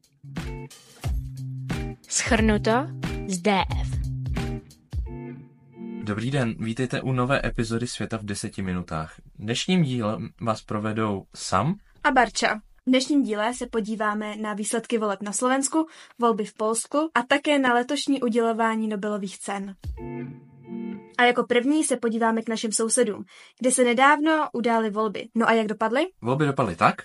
Shrnuto z DF. Dobrý den, vítejte u nové epizody Světa v 10 minutách. Dnešním dílem vás provedou Sam a Barča. V dnešním díle se podíváme na výsledky voleb na Slovensku, volby v Polsku a také na letošní udělování Nobelových cen. A jako první se podíváme k našim sousedům, kde se nedávno udály volby. No a jak dopadly? Volby dopadly tak,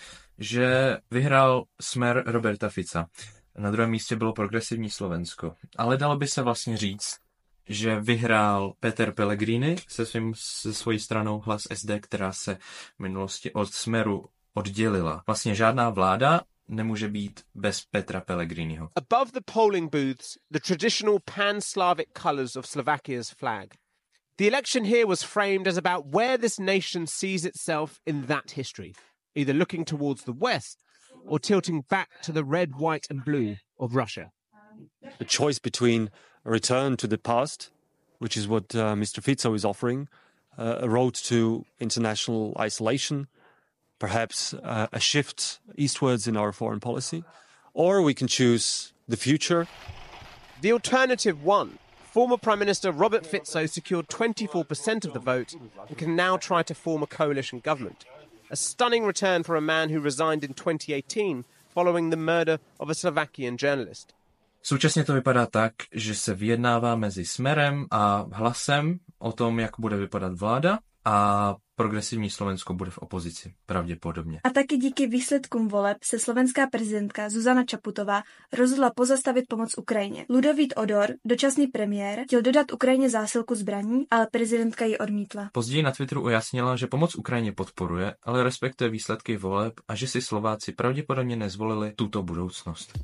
že vyhrál smer Roberta Fica. Na druhém místě bylo Progresivní Slovensko. Ale dalo by se vlastně říct, že vyhrál Peter Pellegrini se svojí stranou Hlas SD, která se v minulosti od smeru oddělila. Vlastně žádná vláda nemůže být bez Petra Pellegriniho. Above the polling booths, the traditional pan-Slavic colours of Slovakia's flag. The election here was framed as about where this nation sees itself in that history, either looking towards the west or tilting back to the red, white and blue of Russia. A choice between a return to the past, which is what Mr. Fico is offering, a road to international isolation, perhaps a shift eastwards in our foreign policy, or we can choose the future. The alternative won. Former Prime Minister Robert Fico secured 24% of the vote and can now try to form a coalition government. A stunning return for a man who resigned in 2018 following the murder of a Slovakian journalist. Současně to vypadá tak, že se vyjednává mezi Smerem a Hlasem o tom, jak bude vypadat vláda, a Progresivní Slovensko bude v opozici, pravděpodobně. A taky díky výsledkům voleb se slovenská prezidentka Zuzana Čaputová rozhodla pozastavit pomoc Ukrajině. Ludovít Odor, dočasný premiér, chtěl dodat Ukrajině zásilku zbraní, ale prezidentka ji odmítla. Později na Twitteru ujasnila, že pomoc Ukrajině podporuje, ale respektuje výsledky voleb a že si Slováci pravděpodobně nezvolili tuto budoucnost.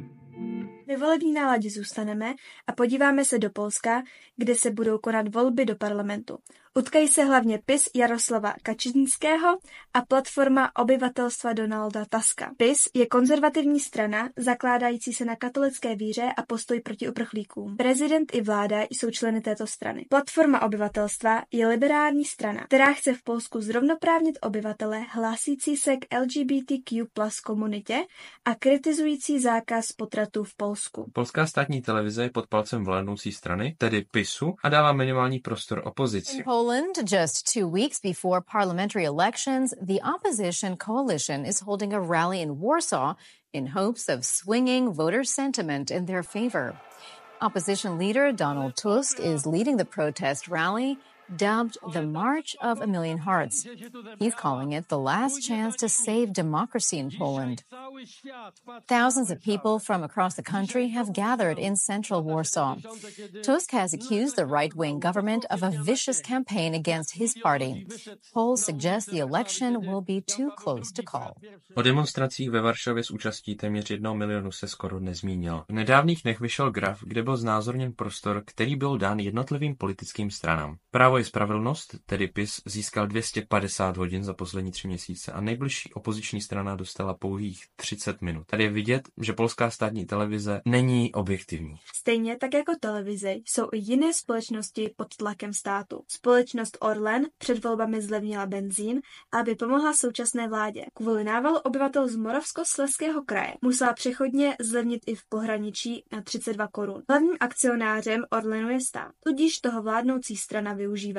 Ve volební náladě zůstaneme a podíváme se do Polska, kde se budou konat volby do parlamentu. Utkají se hlavně PiS Jaroslava Kačinského a platforma obyvatelstva Donalda Tuska. PiS je konzervativní strana, zakládající se na katolické víře a postoj proti uprchlíkům. Prezident i vláda jsou členy této strany. Platforma obyvatelstva je liberální strana, která chce v Polsku zrovnoprávnit obyvatele hlásící se k LGBTQ+ komunitě a kritizující zákaz potratů v Polsku. Polská státní televize je pod palcem vládnoucí strany, tedy PiSu, a dává minimální prostor opozici. Poland, just 2 weeks before parliamentary elections, the opposition coalition is holding a rally in Warsaw in hopes of swinging voter sentiment in their favor. Opposition leader Donald Tusk is leading the protest rally, dubbed the March of a Million Hearts. He's calling it the last chance to save democracy in Poland. Thousands of people from across the country have gathered in central Warsaw. Tusk has accused the right-wing government of a vicious campaign against his party. Polls suggest the election will be too close to call. O demonstracích ve Varšavě s účastí téměř 1 milionu se skoro nezmínil. V nedávných dnech vyšel graf, kde byl znázorněn prostor, který byl dán jednotlivým politickým stranám. Právo je spravedlnost, tedy PiS, získal 250 hodin za poslední 3 měsíce a nejbližší opoziční strana dostala pouhých 30 minut. Tady je vidět, že polská státní televize není objektivní. Stejně tak jako televize jsou i jiné společnosti pod tlakem státu. Společnost Orlen před volbami zlevnila benzín, aby pomohla současné vládě. Kvůli návalu obyvatel z Moravskoslezského kraje musela přechodně zlevnit i v pohraničí na 32 korun. Hlavním akcionářem Orlenu je stát, tudíž toho vládnoucí strana využívá.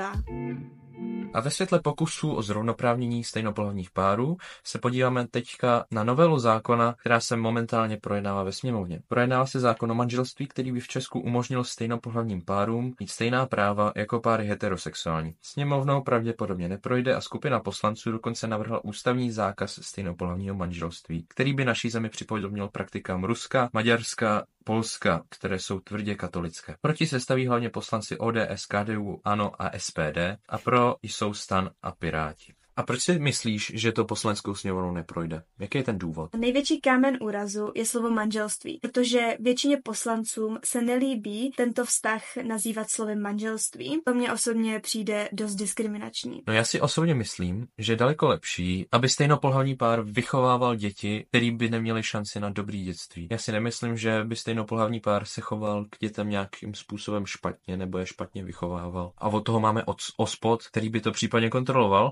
A ve světle pokusů o zrovnoprávnění stejnopohlavních párů se podíváme teďka na novelu zákona, která se momentálně projednává ve sněmovně. Projednává se zákon o manželství, který by v Česku umožnil stejnopohlavním párům mít stejná práva jako páry heterosexuální. Sněmovnou pravděpodobně neprojde a skupina poslanců dokonce navrhla ústavní zákaz stejnopohlavního manželství, který by naší zemi připodobnil praktikám Ruska, Maďarska, Polska, které jsou tvrdě katolické. Proti se staví hlavně poslanci ODS, KDU, ANO a SPD a pro jsou STAN a Piráti. A proč si myslíš, že to poslaneckou sněmovnou neprojde? Jaký je ten důvod? Největší kámen úrazu je slovo manželství, protože většině poslancům se nelíbí tento vztah nazývat slovem manželství. To mně osobně přijde dost diskriminační. No já si osobně myslím, že je daleko lepší, aby stejnopohlavní pár vychovával děti, který by neměli šanci na dobrý dětství. Já si nemyslím, že by stejnopohlavní pár se choval k dětem nějakým způsobem špatně nebo je špatně vychovával. A od toho máme OSPOD, který by to případně kontroloval. Myslím, že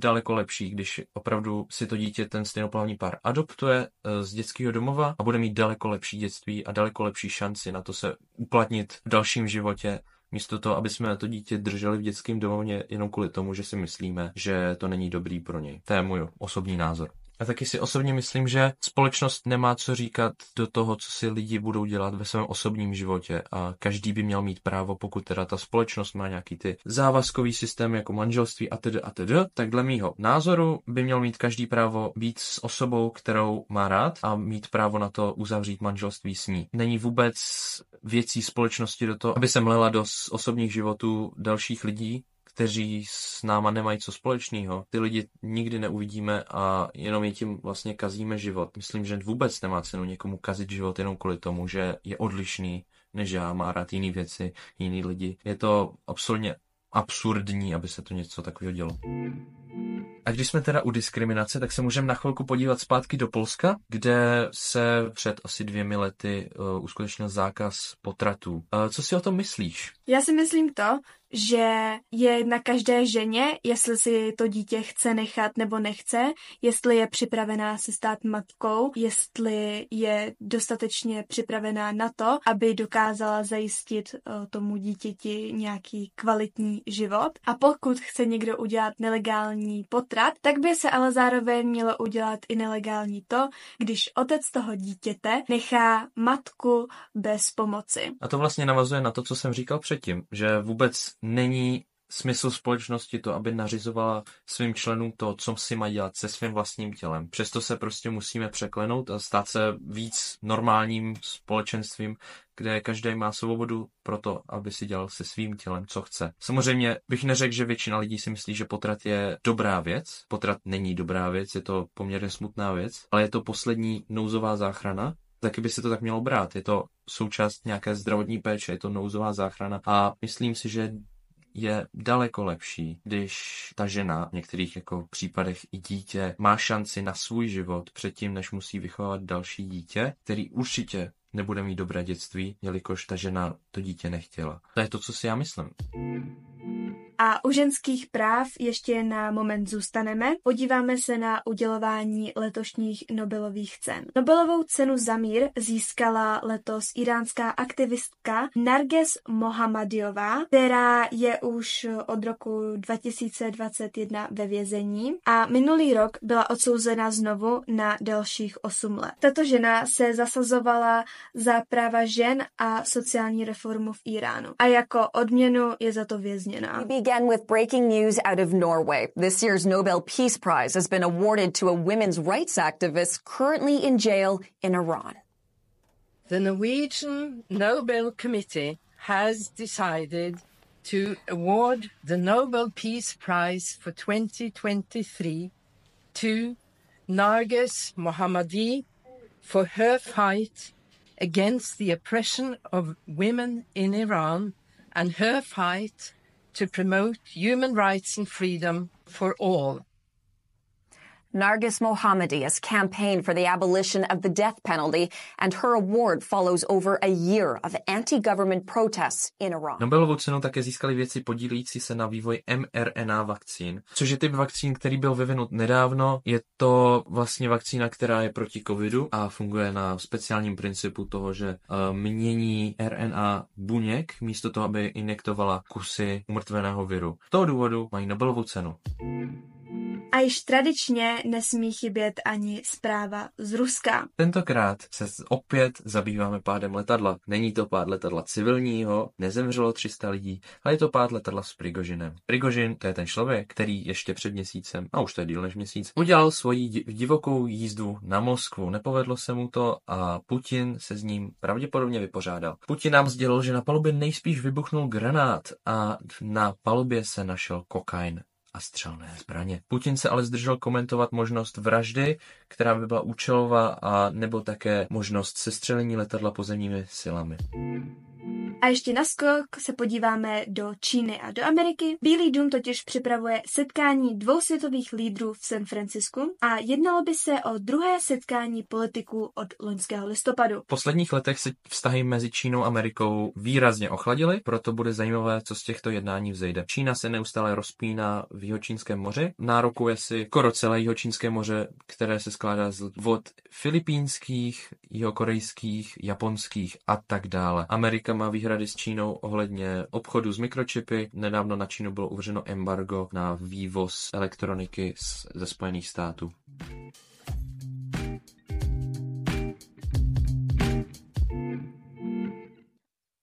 daleko lepší, když opravdu si to dítě ten stejnopohlavní pár adoptuje z dětského domova a bude mít daleko lepší dětství a daleko lepší šanci na to se uplatnit v dalším životě, místo toho, aby jsme to dítě drželi v dětském domově jenom kvůli tomu, že si myslíme, že to není dobrý pro něj. To je můj osobní názor. A taky si osobně myslím, že společnost nemá co říkat do toho, co si lidi budou dělat ve svém osobním životě a každý by měl mít právo, pokud teda ta společnost má nějaký ty závazkový systém jako manželství atd., tak dle mýho názoru by měl mít každý právo být s osobou, kterou má rád a mít právo na to uzavřít manželství s ní. Není vůbec věcí společnosti do toho, aby se mlela do osobních životů dalších lidí, kteří s náma nemají co společného. Ty lidi nikdy neuvidíme a jenom je tím vlastně kazíme život. Myslím, že vůbec nemá cenu někomu kazit život jenom kvůli tomu, že je odlišný než já, má rád jiný věci, jiný lidi. Je to absolutně absurdní, aby se to něco takového dělo. A když jsme teda u diskriminace, tak se můžeme na chvilku podívat zpátky do Polska, kde se před asi 2 lety uskutečnil zákaz potratů. Co si o tom myslíš? Já si myslím to, že je na každé ženě, jestli si to dítě chce nechat nebo nechce, jestli je připravená se stát matkou, jestli je dostatečně připravená na to, aby dokázala zajistit tomu dítěti nějaký kvalitní život. A pokud chce někdo udělat nelegální potrat, tak by se ale zároveň mělo udělat i nelegální to, když otec toho dítěte nechá matku bez pomoci. A to vlastně navazuje na to, co jsem říkal předtím, že vůbec není smysl společnosti to, aby nařizovala svým členům to, co si mají dělat se svým vlastním tělem. Přesto se prostě musíme překlenout a stát se víc normálním společenstvím, kde každý má svobodu pro to, aby si dělal se svým tělem, co chce. Samozřejmě bych neřekl, že většina lidí si myslí, že potrat je dobrá věc. Potrat není dobrá věc, je to poměrně smutná věc, ale je to poslední nouzová záchrana. Taky by se to tak mělo brát. Je to součást nějaké zdravotní péče, je to nouzová záchrana a myslím si, že je daleko lepší, když ta žena, v některých jako případech i dítě, má šanci na svůj život předtím, než musí vychovávat další dítě, který určitě nebude mít dobré dětství, jelikož ta žena to dítě nechtěla. To je to, co si já myslím. A u ženských práv ještě na moment zůstaneme. Podíváme se na udělování letošních Nobelových cen. Nobelovou cenu za mír získala letos iránská aktivistka Narges Mohammadiová, která je už od roku 2021 ve vězení a minulý rok byla odsouzena znovu na dalších 8 let. Tato žena se zasazovala za práva žen a sociální reformu v Iránu a jako odměnu je za to vězněná. Again with breaking news out of Norway. This year's Nobel Peace Prize has been awarded to a women's rights activist currently in jail in Iran. The Norwegian Nobel Committee has decided to award the Nobel Peace Prize for 2023 to Narges Mohammadi for her fight against the oppression of women in Iran and her fight to promote human rights and freedom for all. Narges Mohammadi has campaigned for the abolition of the death penalty, and her award follows over a year of anti-government protests in Iran. Nobelovu cenu také získali vědci podílející se na vývoji mRNA vakcín, což je typ vakcín, který byl vyvinut nedávno. Je to vlastně vakcína, která je proti covidu a funguje na speciálním principu toho, že mění RNA buněk místo toho, aby injektovala kusy umrtveného viru. Z toho důvodu mají Nobelovu cenu. A již tradičně nesmí chybět ani zpráva z Ruska. Tentokrát se opět zabýváme pádem letadla. Není to pád letadla civilního, nezemřelo 300 lidí, ale je to pád letadla s Prigožinem. Prigožin, to je ten člověk, který ještě před měsícem, a už to je díl než měsíc, udělal svoji divokou jízdu na Moskvu. Nepovedlo se mu to a Putin se s ním pravděpodobně vypořádal. Putin nám sdělil, že na palubě nejspíš vybuchnul granát a na palubě se našel kokain a střelné zbraně. Putin se ale zdržel komentovat možnost vraždy, která by byla účelová, a nebo také možnost sestřelení letadla pozemními silami. A ještě na skok se podíváme do Číny a do Ameriky. Bílý dům totiž připravuje setkání 2 světových lídrů v San Francisku a jednalo by se o druhé setkání politiků od loňského listopadu. V posledních letech se vztahy mezi Čínou a Amerikou výrazně ochladily, proto bude zajímavé, co z těchto jednání vzejde. Čína se neustále rozpíná v Jihočínském moři, nárokuje si skoro celé Jihočínské moře, které se skládá z vod filipínských, jihokorejských, japonských a tak dále. Amerika má výhrady s Čínou ohledně obchodu s mikročipy. Nedávno na Čínu bylo uvrženo embargo na vývoz elektroniky ze Spojených států.